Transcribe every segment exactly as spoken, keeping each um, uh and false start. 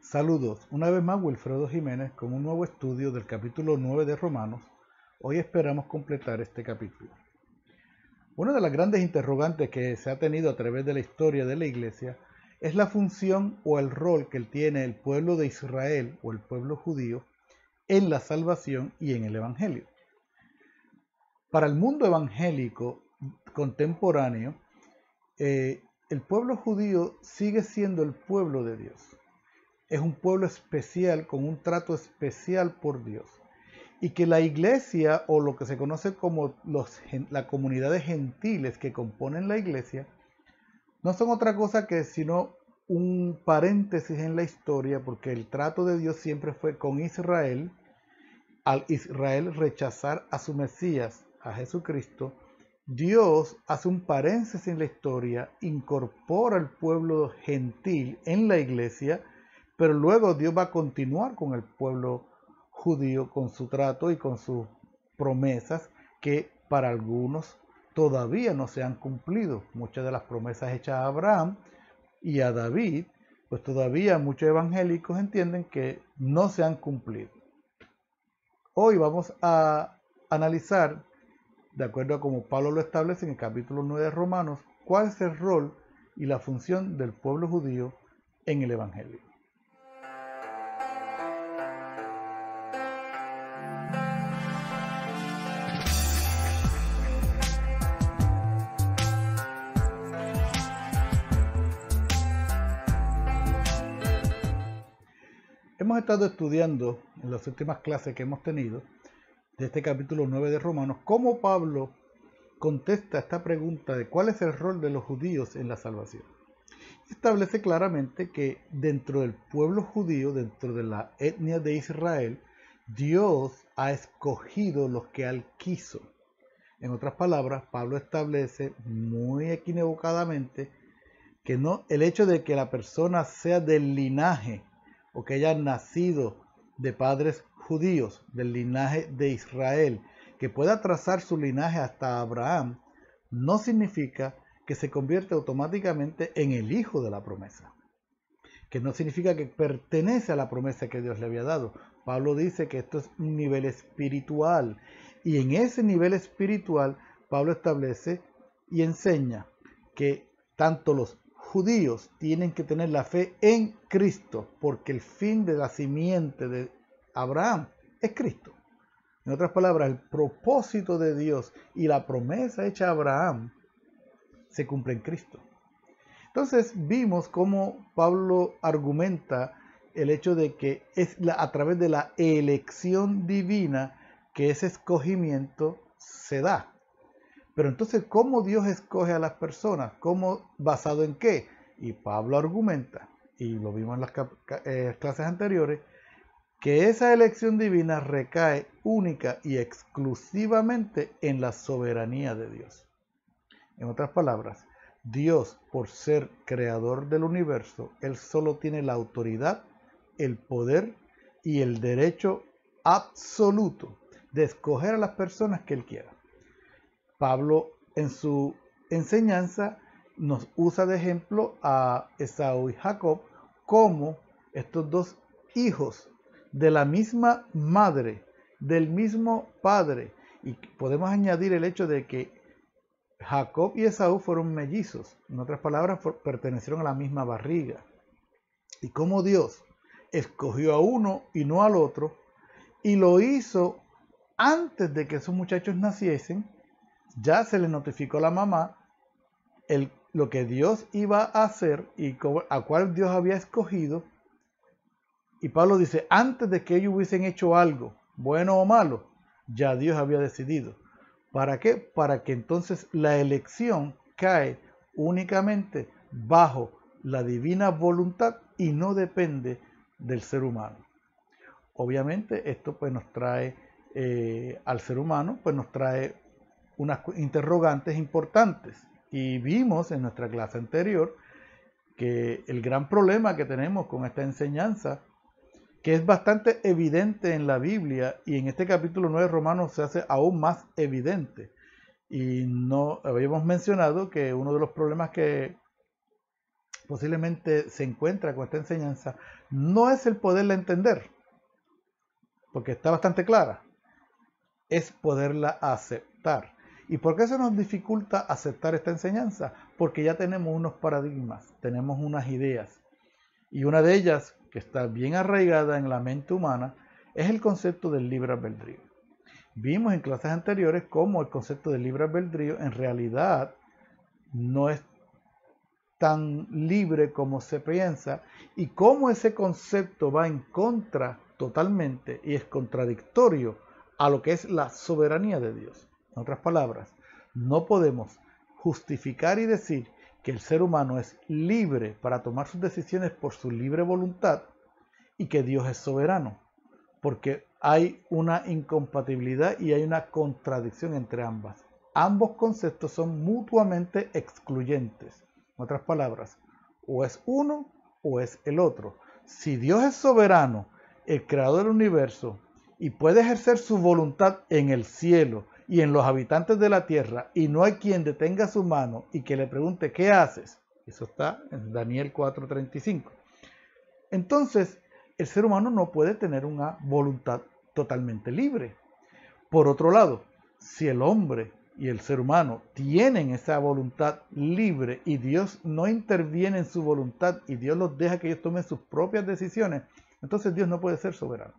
Saludos, una vez más Wilfredo Jiménez con un nuevo estudio del capítulo nueve de Romanos. Hoy esperamos completar este capítulo. Una de las grandes interrogantes que se ha tenido a través de la historia de la Iglesia es la función o el rol que tiene el pueblo de Israel o el pueblo judío en la salvación y en el Evangelio. Para el mundo evangélico contemporáneo, eh, el pueblo judío sigue siendo el pueblo de Dios. Es un pueblo especial con un trato especial por Dios. Y que la iglesia, o lo que se conoce como los, la comunidad de gentiles que componen la iglesia, no son otra cosa que sino un paréntesis en la historia, porque el trato de Dios siempre fue con Israel. Al Israel rechazar a su Mesías, a Jesucristo, Dios hace un paréntesis en la historia, incorpora al pueblo gentil en la iglesia, pero luego Dios va a continuar con el pueblo judío, con su trato y con sus promesas que para algunos todavía no se han cumplido. Muchas de las promesas hechas a Abraham y a David, pues todavía muchos evangélicos entienden que no se han cumplido. Hoy vamos a analizar, de acuerdo a como Pablo lo establece en el capítulo nueve de Romanos, cuál es el rol y la función del pueblo judío en el Evangelio. Hemos estado estudiando en las últimas clases que hemos tenido de este capítulo nueve de Romanos cómo Pablo contesta esta pregunta de cuál es el rol de los judíos en la salvación. Establece claramente que dentro del pueblo judío, dentro de la etnia de Israel, Dios ha escogido los que él quiso. En otras palabras, Pablo establece muy equivocadamente que no, el hecho de que la persona sea del linaje o que haya nacido de padres judíos, del linaje de Israel, que pueda trazar su linaje hasta Abraham, no significa que se convierte automáticamente en el hijo de la promesa, que no significa que pertenece a la promesa que Dios le había dado. Pablo dice que esto es un nivel espiritual, y en ese nivel espiritual Pablo establece y enseña que tanto los judíos tienen que tener la fe en Cristo, porque el fin de la simiente de Abraham es Cristo. En otras palabras, el propósito de Dios y la promesa hecha a Abraham se cumple en Cristo. Entonces vimos cómo Pablo argumenta el hecho de que es la, a través de la elección divina que ese escogimiento se da. Pero entonces, ¿cómo Dios escoge a las personas? ¿Cómo? ¿Basado en qué? Y Pablo argumenta, y lo vimos en las eh, clases anteriores, que esa elección divina recae única y exclusivamente en la soberanía de Dios. En otras palabras, Dios, por ser creador del universo, Él solo tiene la autoridad, el poder y el derecho absoluto de escoger a las personas que Él quiera. Pablo en su enseñanza nos usa de ejemplo a Esaú y Jacob como estos dos hijos de la misma madre, del mismo padre. Y podemos añadir el hecho de que Jacob y Esaú fueron mellizos. En otras palabras, pertenecieron a la misma barriga. Y como Dios escogió a uno y no al otro, y lo hizo antes de que esos muchachos naciesen, ya se le notificó a la mamá el, lo que Dios iba a hacer y a cuál Dios había escogido. Y Pablo dice, antes de que ellos hubiesen hecho algo, bueno o malo, ya Dios había decidido. ¿Para qué? Para que entonces la elección cae únicamente bajo la divina voluntad y no depende del ser humano. Obviamente esto pues nos trae eh, al ser humano, pues nos trae unas interrogantes importantes, y vimos en nuestra clase anterior que el gran problema que tenemos con esta enseñanza, que es bastante evidente en la Biblia y en este capítulo nueve de Romanos se hace aún más evidente, y no habíamos mencionado que uno de los problemas que posiblemente se encuentra con esta enseñanza no es el poderla entender, porque está bastante clara, es poderla aceptar. ¿Y por qué se nos dificulta aceptar esta enseñanza? Porque ya tenemos unos paradigmas, tenemos unas ideas. Y una de ellas, que está bien arraigada en la mente humana, es el concepto del libre albedrío. Vimos en clases anteriores cómo el concepto del libre albedrío en realidad no es tan libre como se piensa y cómo ese concepto va en contra totalmente y es contradictorio a lo que es la soberanía de Dios. En otras palabras, no podemos justificar y decir que el ser humano es libre para tomar sus decisiones por su libre voluntad y que Dios es soberano, porque hay una incompatibilidad y hay una contradicción entre ambas. Ambos conceptos son mutuamente excluyentes. En otras palabras, o es uno o es el otro. Si Dios es soberano, el creador del universo, y puede ejercer su voluntad en el cielo y en los habitantes de la tierra, y no hay quien detenga su mano y que le pregunte ¿qué haces? Eso está en Daniel cuatro treinta y cinco. Entonces, el ser humano no puede tener una voluntad totalmente libre. Por otro lado, si el hombre y el ser humano tienen esa voluntad libre y Dios no interviene en su voluntad y Dios los deja que ellos tomen sus propias decisiones, entonces Dios no puede ser soberano.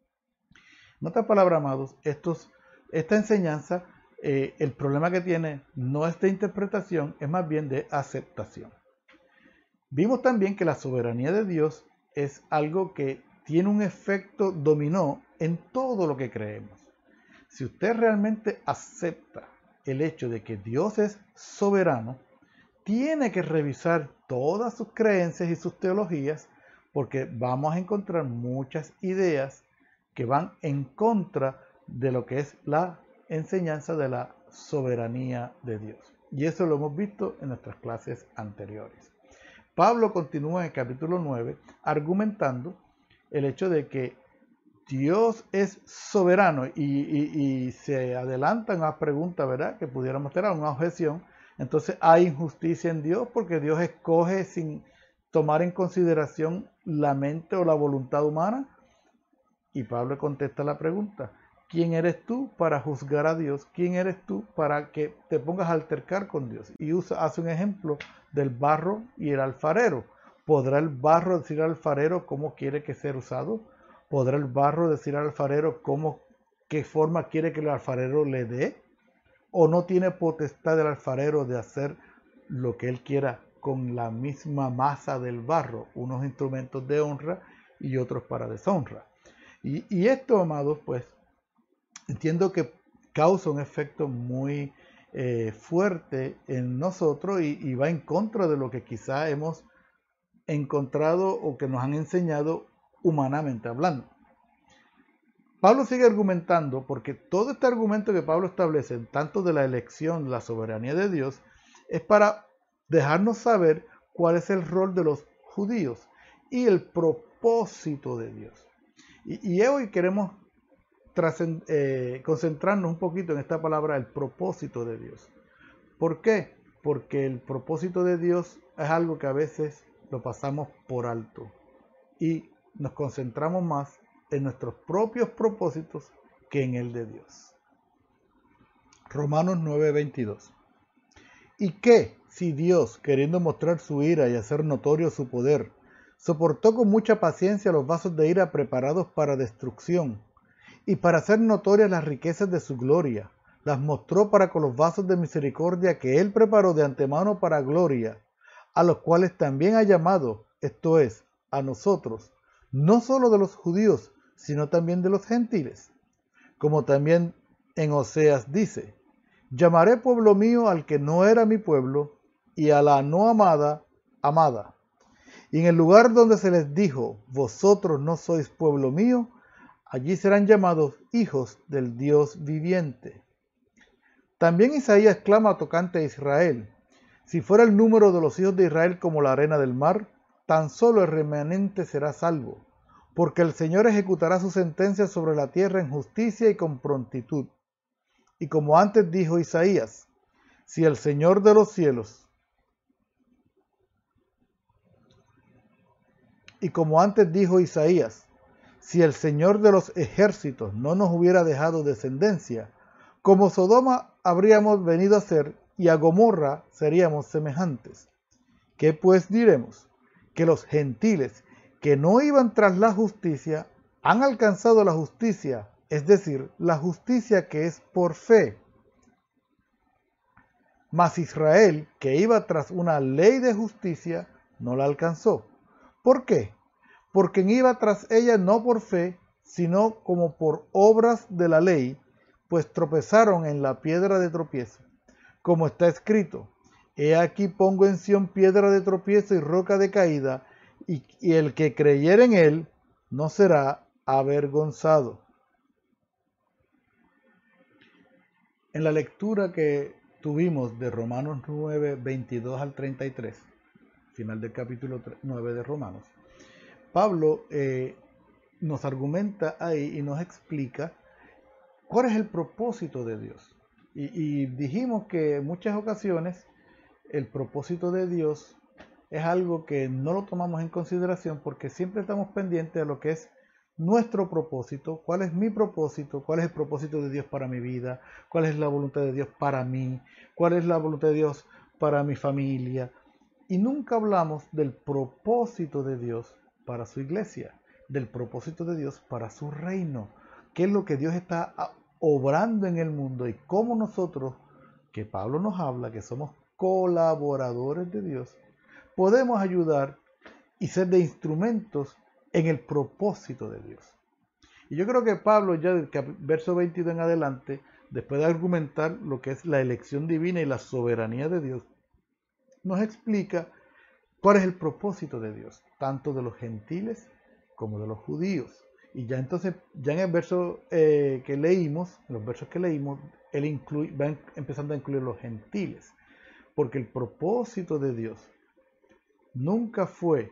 En otras palabras, amados, estos, esta enseñanza, eh, el problema que tiene no es de interpretación, es más bien de aceptación. Vimos también que la soberanía de Dios es algo que tiene un efecto dominó en todo lo que creemos. Si usted realmente acepta el hecho de que Dios es soberano, tiene que revisar todas sus creencias y sus teologías, porque vamos a encontrar muchas ideas que van en contra de lo que es la enseñanza de la soberanía de Dios. Y eso lo hemos visto en nuestras clases anteriores. Pablo continúa en el capítulo nueve argumentando el hecho de que Dios es soberano y, y, y se adelantan a preguntas, ¿verdad? Que pudiéramos tener una objeción. Entonces hay injusticia en Dios porque Dios escoge sin tomar en consideración la mente o la voluntad humana. Y Pablo contesta la pregunta, ¿quién eres tú para juzgar a Dios? ¿Quién eres tú para que te pongas a altercar con Dios? Y usa, hace un ejemplo del barro y el alfarero. ¿Podrá el barro decir al alfarero cómo quiere que sea usado? ¿Podrá el barro decir al alfarero cómo, qué forma quiere que el alfarero le dé? ¿O no tiene potestad el alfarero de hacer lo que él quiera con la misma masa del barro? Unos instrumentos de honra y otros para deshonra. Y, y esto, amados, pues entiendo que causa un efecto muy eh, fuerte en nosotros y, y va en contra de lo que quizá hemos encontrado o que nos han enseñado humanamente hablando. Pablo sigue argumentando porque todo este argumento que Pablo establece, tanto de la elección, de la soberanía de Dios, es para dejarnos saber cuál es el rol de los judíos y el propósito de Dios. Y, y hoy queremos eh, concentrarnos un poquito en esta palabra, el propósito de Dios. ¿Por qué? Porque el propósito de Dios es algo que a veces lo pasamos por alto y nos concentramos más en nuestros propios propósitos que en el de Dios. Romanos nueve veintidós. ¿Y qué si Dios, queriendo mostrar su ira y hacer notorio su poder, soportó con mucha paciencia los vasos de ira preparados para destrucción, y para hacer notorias las riquezas de su gloria, las mostró para con los vasos de misericordia que él preparó de antemano para gloria, a los cuales también ha llamado, esto es, a nosotros, no solo de los judíos, sino también de los gentiles? Como también en Oseas dice, llamaré pueblo mío al que no era mi pueblo, y a la no amada, amada. Y en el lugar donde se les dijo, vosotros no sois pueblo mío, allí serán llamados hijos del Dios viviente. También Isaías clama tocante a Israel, si fuera el número de los hijos de Israel como la arena del mar, tan solo el remanente será salvo, porque el Señor ejecutará su sentencia sobre la tierra en justicia y con prontitud. Y como antes dijo Isaías, si el Señor de los cielos Y como antes dijo Isaías, si el Señor de los ejércitos no nos hubiera dejado descendencia, como Sodoma habríamos venido a ser, y a Gomorra seríamos semejantes. ¿Qué pues diremos? Que los gentiles que no iban tras la justicia han alcanzado la justicia, es decir, la justicia que es por fe. Mas Israel, que iba tras una ley de justicia, no la alcanzó. ¿Por qué? Porque iba tras ella no por fe, sino como por obras de la ley, pues tropezaron en la piedra de tropiezo. Como está escrito, he aquí pongo en Sión piedra de tropiezo y roca de caída, y, y el que creyere en él no será avergonzado. En la lectura que tuvimos de Romanos nueve, veintidós al treinta y tres, final del capítulo nueve de Romanos, Pablo eh, nos argumenta ahí y nos explica cuál es el propósito de Dios. Y, y dijimos que en muchas ocasiones el propósito de Dios es algo que no lo tomamos en consideración porque siempre estamos pendientes de lo que es nuestro propósito, cuál es mi propósito, cuál es el propósito de Dios para mi vida, cuál es la voluntad de Dios para mí, cuál es la voluntad de Dios para mi familia. Y nunca hablamos del propósito de Dios para su iglesia, del propósito de Dios para su reino, qué es lo que Dios está obrando en el mundo y cómo nosotros, que Pablo nos habla, que somos colaboradores de Dios, podemos ayudar y ser de instrumentos en el propósito de Dios. Y yo creo que Pablo ya del verso veintidós en adelante, después de argumentar lo que es la elección divina y la soberanía de Dios, nos explica cuál es el propósito de Dios, tanto de los gentiles como de los judíos. Y ya entonces, ya en el verso eh, que leímos, los versos que leímos, él incluye, va empezando a incluir los gentiles, porque el propósito de Dios nunca fue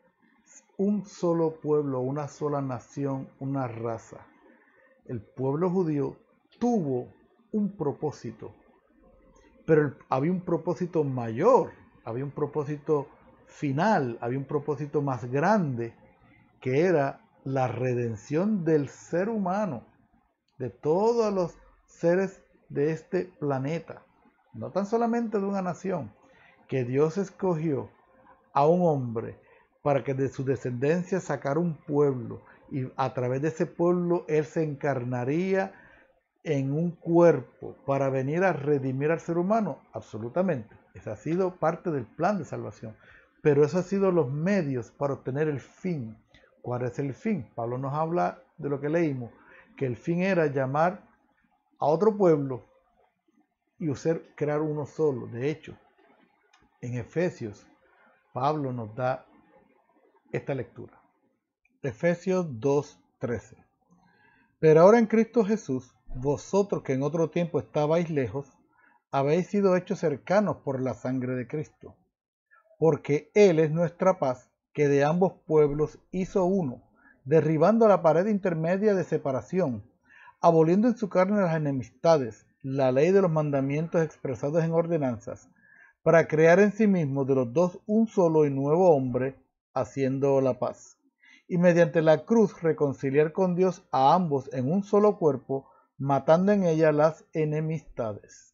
un solo pueblo, una sola nación, una raza. El pueblo judío tuvo un propósito, pero el, había un propósito mayor, había un propósito final, había un propósito más grande, que era la redención del ser humano, de todos los seres de este planeta, no tan solamente de una nación, que Dios escogió a un hombre para que de su descendencia sacara un pueblo, y a través de ese pueblo él se encarnaría en un cuerpo para venir a redimir al ser humano. Absolutamente, ese ha sido parte del plan de salvación, pero eso ha sido los medios para obtener el fin. ¿Cuál es el fin? Pablo nos habla de lo que leímos, que el fin era llamar a otro pueblo y usar, crear uno solo. De hecho, en Efesios, Pablo nos da esta lectura. Efesios dos, trece. Pero ahora en Cristo Jesús, vosotros que en otro tiempo estabais lejos, habéis sido hechos cercanos por la sangre de Cristo, porque Él es nuestra paz, que de ambos pueblos hizo uno, derribando la pared intermedia de separación, aboliendo en su carne las enemistades, la ley de los mandamientos expresados en ordenanzas, para crear en sí mismo de los dos un solo y nuevo hombre, haciendo la paz, y mediante la cruz reconciliar con Dios a ambos en un solo cuerpo, matando en ella las enemistades.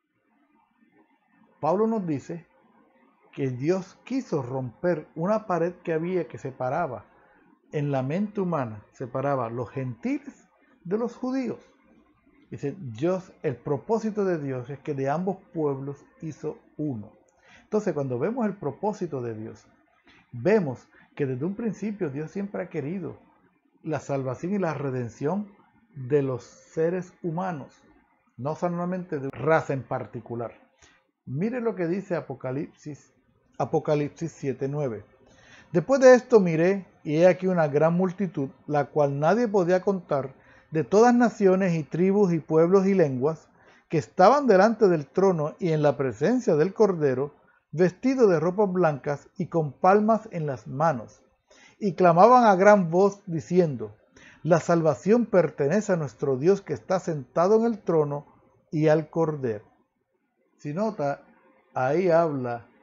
Pablo nos dice que Dios quiso romper una pared que había que separaba en la mente humana, separaba los gentiles de los judíos. Dice Dios, el propósito de Dios es que de ambos pueblos hizo uno. Entonces, cuando vemos el propósito de Dios, vemos que desde un principio Dios siempre ha querido la salvación y la redención de los seres humanos, no solamente de raza en particular. Mire lo que dice Apocalipsis, Apocalipsis siete, nueve. Después de esto miré, y he aquí una gran multitud, la cual nadie podía contar, de todas naciones y tribus y pueblos y lenguas, que estaban delante del trono y en la presencia del Cordero, vestidos de ropas blancas y con palmas en las manos, y clamaban a gran voz diciendo: la salvación pertenece a nuestro Dios que está sentado en el trono y al Cordero. Si nota, ahí habla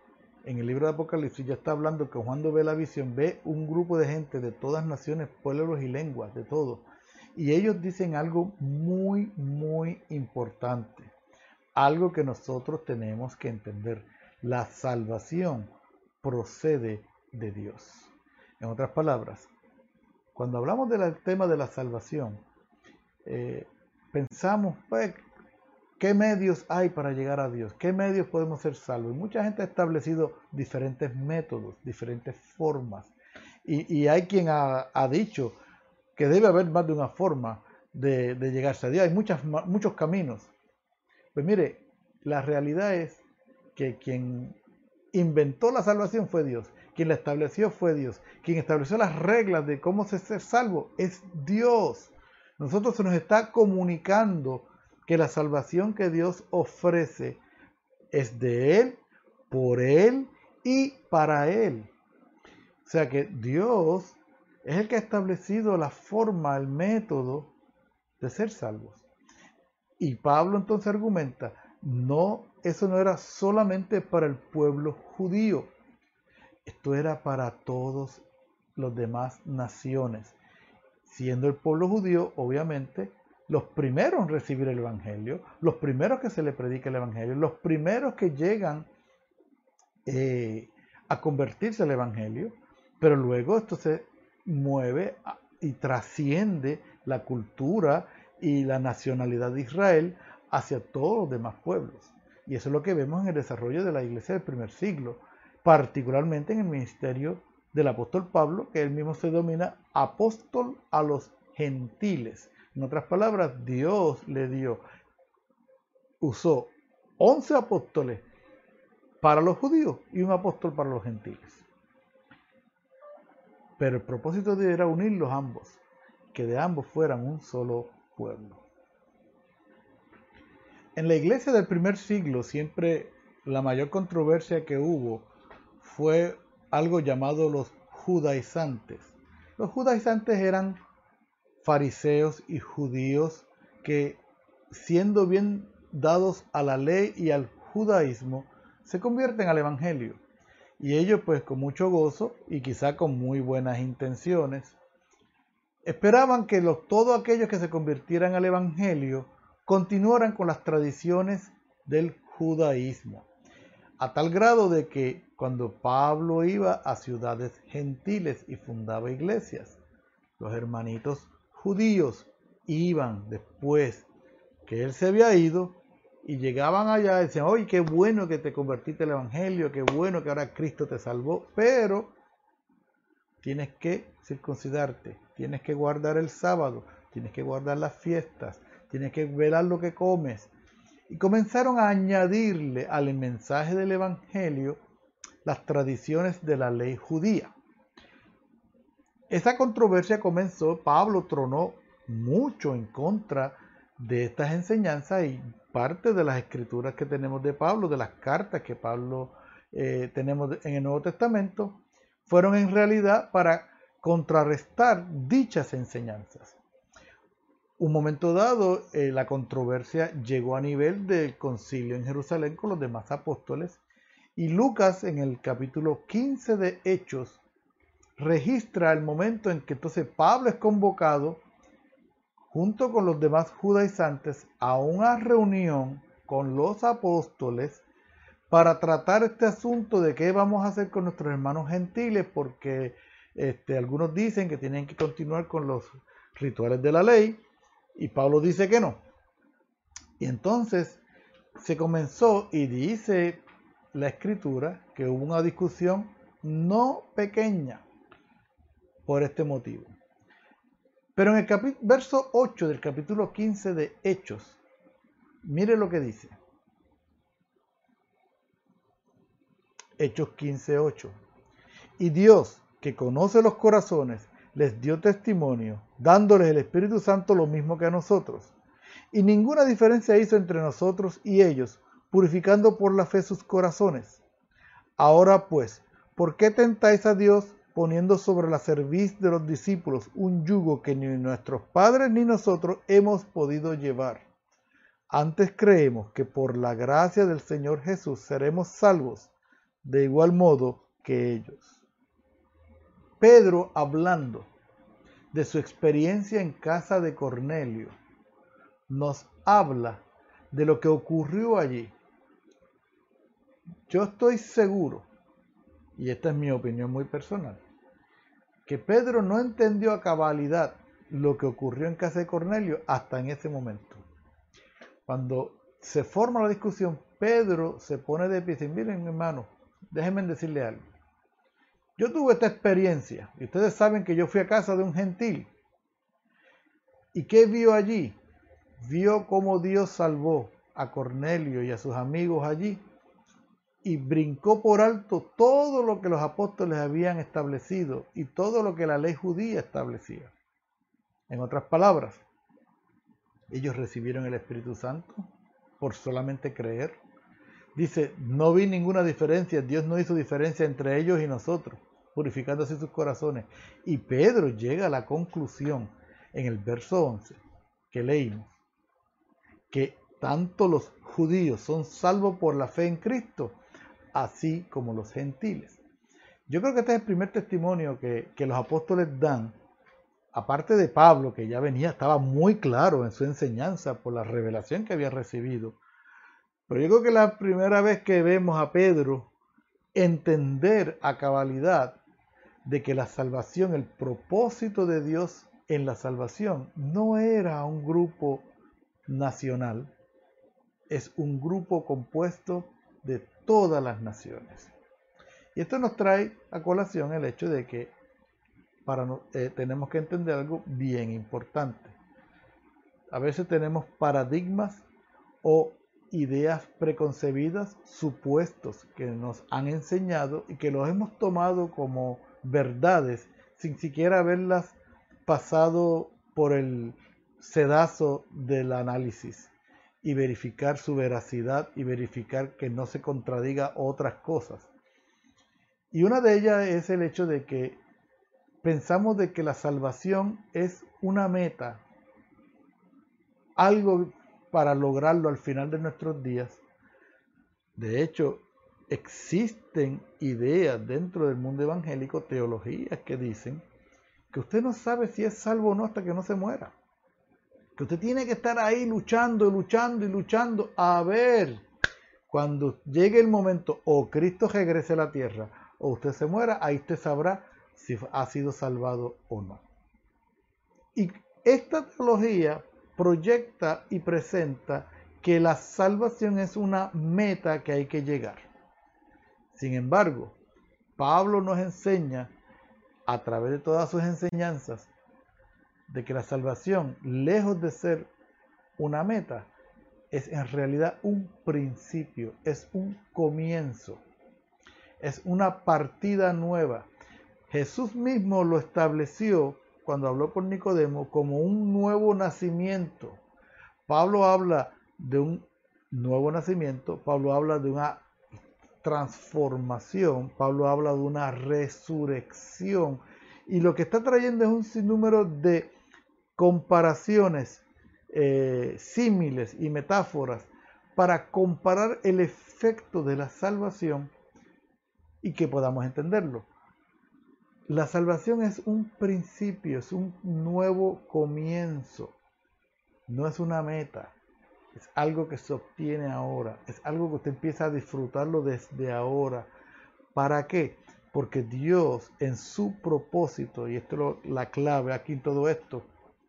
en el libro de Apocalipsis ya está hablando que cuando ve la visión, ve un grupo de gente de todas naciones, pueblos y lenguas, de todo. Y ellos dicen algo muy, muy importante. Algo que nosotros tenemos que entender. La salvación procede de Dios. En otras palabras, cuando hablamos del tema de la salvación, eh, pensamos, pues, ¿qué medios hay para llegar a Dios? ¿Qué medios podemos ser salvos? Y mucha gente ha establecido diferentes métodos, diferentes formas. Y, y hay quien ha, ha dicho que debe haber más de una forma de, de llegarse a Dios. Hay muchas, muchos caminos. Pues mire, la realidad es que quien inventó la salvación fue Dios. Quien la estableció fue Dios. Quien estableció las reglas de cómo se ser salvo es Dios. Nosotros se nos está comunicando que la salvación que Dios ofrece es de Él, por Él y para Él. O sea que Dios es el que ha establecido la forma, el método de ser salvos. Y Pablo entonces argumenta, no, eso no era solamente para el pueblo judío, esto era para todos los demás naciones. Siendo el pueblo judío, obviamente, los primeros en recibir el Evangelio, los primeros que se le predica el Evangelio, los primeros que llegan eh, a convertirse al Evangelio, pero luego esto se mueve y trasciende la cultura y la nacionalidad de Israel hacia todos los demás pueblos. Y eso es lo que vemos en el desarrollo de la iglesia del primer siglo, particularmente en el ministerio del apóstol Pablo, que él mismo se denomina apóstol a los gentiles. En otras palabras, Dios le dio, usó once apóstoles para los judíos y un apóstol para los gentiles. Pero el propósito de Dios era unirlos ambos, que de ambos fueran un solo pueblo. En la iglesia del primer siglo siempre la mayor controversia que hubo fue algo llamado los judaizantes. Los judaizantes eran fariseos y judíos que, siendo bien dados a la ley y al judaísmo, se convierten al evangelio. Y ellos, pues, con mucho gozo y quizá con muy buenas intenciones, esperaban que los, todos aquellos que se convirtieran al evangelio continuaran con las tradiciones del judaísmo, a tal grado de que cuando Pablo iba a ciudades gentiles y fundaba iglesias, los hermanitos judíos iban después que él se había ido y llegaban allá y decían, oye, qué bueno que te convertiste al evangelio, qué bueno que ahora Cristo te salvó, pero tienes que circuncidarte, tienes que guardar el sábado, tienes que guardar las fiestas, tienes que velar lo que comes. Y comenzaron a añadirle al mensaje del evangelio las tradiciones de la ley judía. Esa controversia comenzó, Pablo tronó mucho en contra de estas enseñanzas y parte de las escrituras que tenemos de Pablo, de las cartas que Pablo eh, tenemos en el Nuevo Testamento, fueron en realidad para contrarrestar dichas enseñanzas. Un momento dado, eh, la controversia llegó a nivel del concilio en Jerusalén con los demás apóstoles y Lucas en el capítulo quince de Hechos registra el momento en que entonces Pablo es convocado junto con los demás judaizantes a una reunión con los apóstoles para tratar este asunto de qué vamos a hacer con nuestros hermanos gentiles, porque este, algunos dicen que tienen que continuar con los rituales de la ley y Pablo dice que no. Y entonces se comenzó y dice la escritura que hubo una discusión no pequeña por este motivo. Pero en el verso ocho del capítulo quince de Hechos, mire lo que dice. Hechos quince, ocho. Y Dios, que conoce los corazones, les dio testimonio, dándoles el Espíritu Santo lo mismo que a nosotros. Y ninguna diferencia hizo entre nosotros y ellos, purificando por la fe sus corazones. Ahora pues, ¿por qué tentáis a Dios poniendo sobre la cerviz de los discípulos un yugo que ni nuestros padres ni nosotros hemos podido llevar? Antes creemos que por la gracia del Señor Jesús seremos salvos, de igual modo que ellos. Pedro, hablando de su experiencia en casa de Cornelio, nos habla de lo que ocurrió allí. Yo estoy seguro, y esta es mi opinión muy personal, que Pedro no entendió a cabalidad lo que ocurrió en casa de Cornelio hasta en ese momento. Cuando se forma la discusión, Pedro se pone de pie y dice: miren, hermano, déjenme decirle algo. Yo tuve esta experiencia, y ustedes saben que yo fui a casa de un gentil. ¿Y qué vio allí? Vio cómo Dios salvó a Cornelio y a sus amigos allí, y brincó por alto todo lo que los apóstoles habían establecido y todo lo que la ley judía establecía. En otras palabras, ellos recibieron el Espíritu Santo por solamente creer. Dice: no vi ninguna diferencia, Dios no hizo diferencia entre ellos y nosotros, purificando así sus corazones. Y Pedro llega a la conclusión en el verso once que leímos, que tanto los judíos son salvos por la fe en Cristo, así como los gentiles. Yo creo que este es el primer testimonio que, que los apóstoles dan, aparte de Pablo, que ya venía, estaba muy claro en su enseñanza por la revelación que había recibido. Pero yo creo que la primera vez que vemos a Pedro entender a cabalidad de que la salvación, el propósito de Dios en la salvación, no era un grupo nacional, es un grupo compuesto de todas las naciones. Y esto nos trae a colación el hecho de que para, eh, tenemos que entender algo bien importante. A veces tenemos paradigmas o ideas preconcebidas, supuestos que nos han enseñado y que los hemos tomado como verdades sin siquiera haberlas pasado por el sedazo del análisis y verificar su veracidad y verificar que no se contradiga otras cosas. Y una de ellas es el hecho de que pensamos de que la salvación es una meta, algo para lograrlo al final de nuestros días. De hecho, existen ideas dentro del mundo evangélico, teologías que dicen que usted no sabe si es salvo o no hasta que no se muera. Que usted tiene que estar ahí luchando, luchando y luchando a ver cuando llegue el momento o Cristo regrese a la tierra o usted se muera, ahí usted sabrá si ha sido salvado o no. Y esta teología proyecta y presenta que la salvación es una meta que hay que llegar. Sin embargo, Pablo nos enseña a través de todas sus enseñanzas de que la salvación, lejos de ser una meta, es en realidad un principio, es un comienzo, es una partida nueva. Jesús mismo lo estableció cuando habló con Nicodemo como un nuevo nacimiento. Pablo habla de un nuevo nacimiento, Pablo habla de una transformación, Pablo habla de una resurrección, y lo que está trayendo es un sinnúmero de comparaciones, eh, símiles y metáforas para comparar el efecto de la salvación y que podamos entenderlo. La salvación es un principio, es un nuevo comienzo, no es una meta, es algo que se obtiene ahora, es algo que usted empieza a disfrutarlo desde ahora. ¿Para qué? Porque Dios en su propósito, y esto es la clave aquí en todo esto,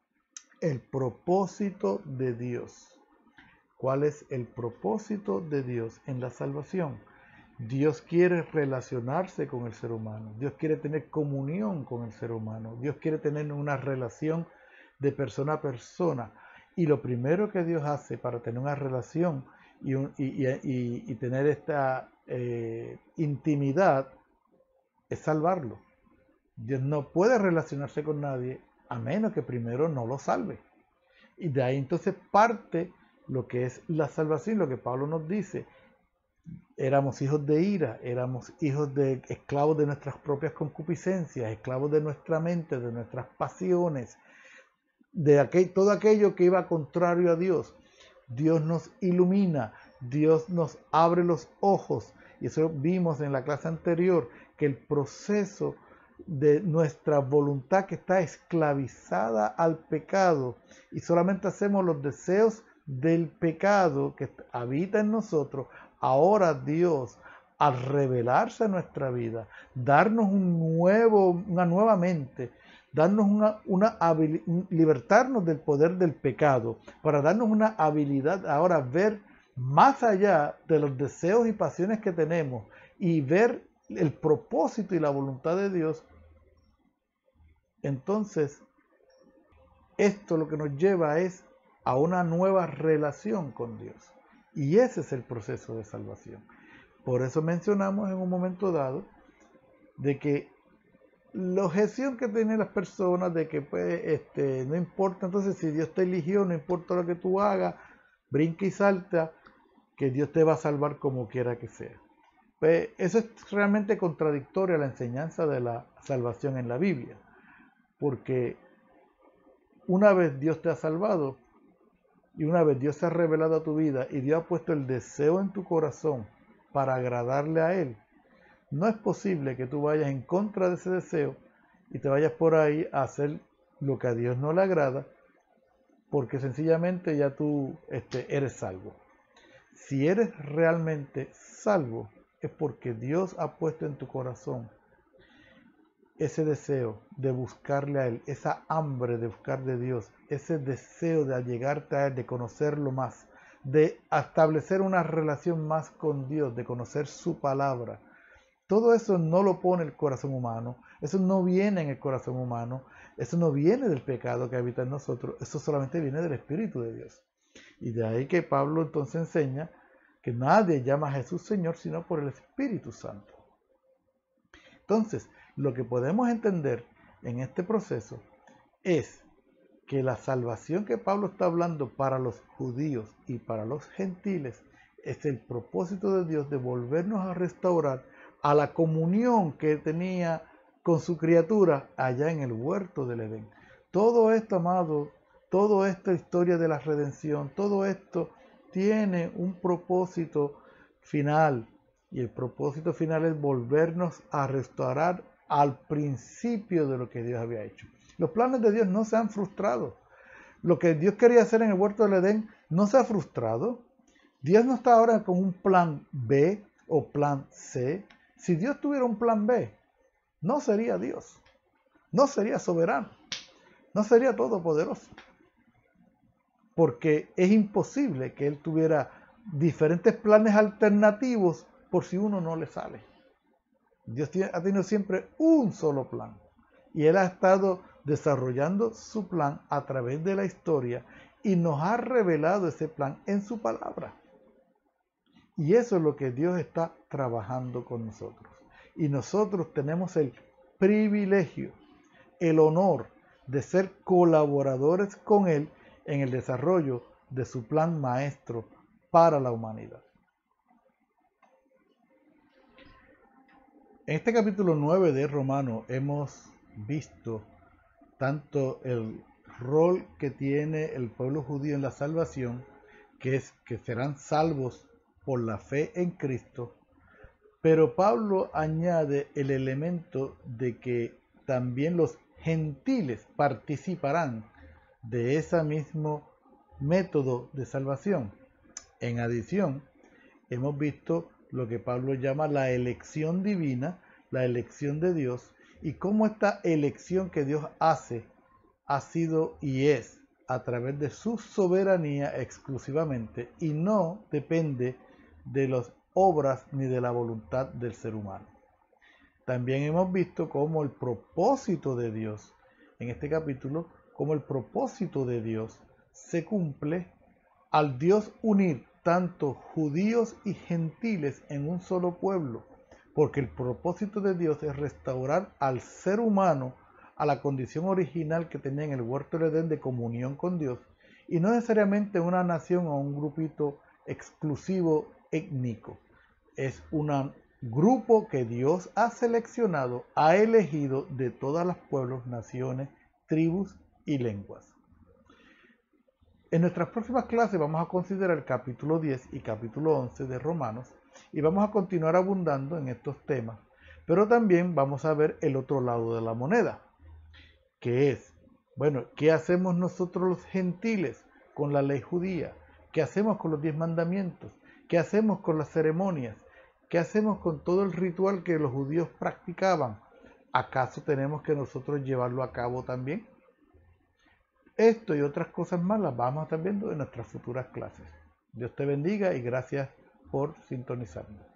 el propósito de Dios. ¿Cuál es el propósito de Dios en la salvación? Dios quiere relacionarse con el ser humano. Dios quiere tener comunión con el ser humano. Dios quiere tener una relación de persona a persona. Y lo primero que Dios hace para tener una relación y, un, y, y, y tener esta eh, intimidad es salvarlo. Dios no puede relacionarse con nadie a menos que primero no lo salve. Y de ahí entonces parte lo que es la salvación, lo que Pablo nos dice. Éramos hijos de ira, éramos hijos de esclavos de nuestras propias concupiscencias, esclavos de nuestra mente, de nuestras pasiones, de aquel, todo aquello que iba contrario a Dios. Dios nos ilumina, Dios nos abre los ojos y eso vimos en la clase anterior, que el proceso de nuestra voluntad que está esclavizada al pecado y solamente hacemos los deseos del pecado que habita en nosotros, ahora Dios, al revelarse a nuestra vida, darnos un nuevo, una nueva mente, darnos una, una libertarnos del poder del pecado, para darnos una habilidad ahora ver más allá de los deseos y pasiones que tenemos y ver el propósito y la voluntad de Dios. Entonces, esto lo que nos lleva es a una nueva relación con Dios. Y ese es el proceso de salvación. Por eso mencionamos en un momento dado de que la objeción que tienen las personas de que pues, este, no importa, entonces si Dios te eligió, no importa lo que tú hagas, brinca y salta, que Dios te va a salvar como quiera que sea. Pues, eso es realmente contradictorio a la enseñanza de la salvación en la Biblia. Porque una vez Dios te ha salvado y una vez Dios se ha revelado a tu vida y Dios ha puesto el deseo en tu corazón para agradarle a Él, no es posible que tú vayas en contra de ese deseo y te vayas por ahí a hacer lo que a Dios no le agrada, porque sencillamente ya tú este, eres salvo. Si eres realmente salvo, es porque Dios ha puesto en tu corazón ese deseo de buscarle a Él, esa hambre de buscar de Dios, ese deseo de allegarte a Él, de conocerlo más, de establecer una relación más con Dios, de conocer su palabra. Todo eso no lo pone el corazón humano, eso no viene en el corazón humano, eso no viene del pecado que habita en nosotros, eso solamente viene del Espíritu de Dios. Y de ahí que Pablo entonces enseña que nadie llama a Jesús Señor sino por el Espíritu Santo. Entonces, lo que podemos entender en este proceso es que la salvación que Pablo está hablando para los judíos y para los gentiles es el propósito de Dios de volvernos a restaurar a la comunión que tenía con su criatura allá en el huerto del Edén. Todo esto, amado, toda esta historia de la redención, todo esto tiene un propósito final. Y el propósito final es volvernos a restaurar al principio de lo que Dios había hecho. Los planes de Dios no se han frustrado. Lo que Dios quería hacer en el huerto del Edén no se ha frustrado. Dios no está ahora con un plan B o plan C. Si Dios tuviera un plan B, no sería Dios, no sería soberano, no sería todopoderoso. Porque es imposible que Él tuviera diferentes planes alternativos por si uno no le sale. Dios tiene, ha tenido siempre un solo plan. Y Él ha estado desarrollando su plan a través de la historia y nos ha revelado ese plan en su palabra. Y eso es lo que Dios está trabajando con nosotros. Y nosotros tenemos el privilegio, el honor de ser colaboradores con Él en el desarrollo de su plan maestro para la humanidad. En este capítulo nueve de Romanos hemos visto tanto el rol que tiene el pueblo judío en la salvación, que es que serán salvos por la fe en Cristo, pero Pablo añade el elemento de que también los gentiles participarán de ese mismo método de salvación. En adición, hemos visto lo que Pablo llama la elección divina, la elección de Dios, y cómo esta elección que Dios hace ha sido y es a través de su soberanía exclusivamente y no depende de las obras ni de la voluntad del ser humano. También hemos visto cómo el propósito de Dios, en este capítulo, cómo el propósito de Dios se cumple al Dios unir tanto judíos y gentiles en un solo pueblo, porque el propósito de Dios es restaurar al ser humano a la condición original que tenía en el huerto del Edén de comunión con Dios, y no necesariamente una nación o un grupito exclusivo étnico. Es un grupo que Dios ha seleccionado, ha elegido de todos los pueblos, naciones, tribus y lenguas. En nuestras próximas clases vamos a considerar el capítulo diez y capítulo once de Romanos, Y vamos a continuar abundando en estos temas, pero también vamos a ver el otro lado de la moneda, que es, bueno, ¿qué hacemos nosotros los gentiles con la ley judía? ¿Qué hacemos con los diez mandamientos? ¿Qué hacemos con las ceremonias? ¿Qué hacemos con todo el ritual que los judíos practicaban? ¿Acaso tenemos que nosotros llevarlo a cabo también? Esto y otras cosas más las vamos a estar viendo en nuestras futuras clases. Dios te bendiga y gracias por sintonizarnos.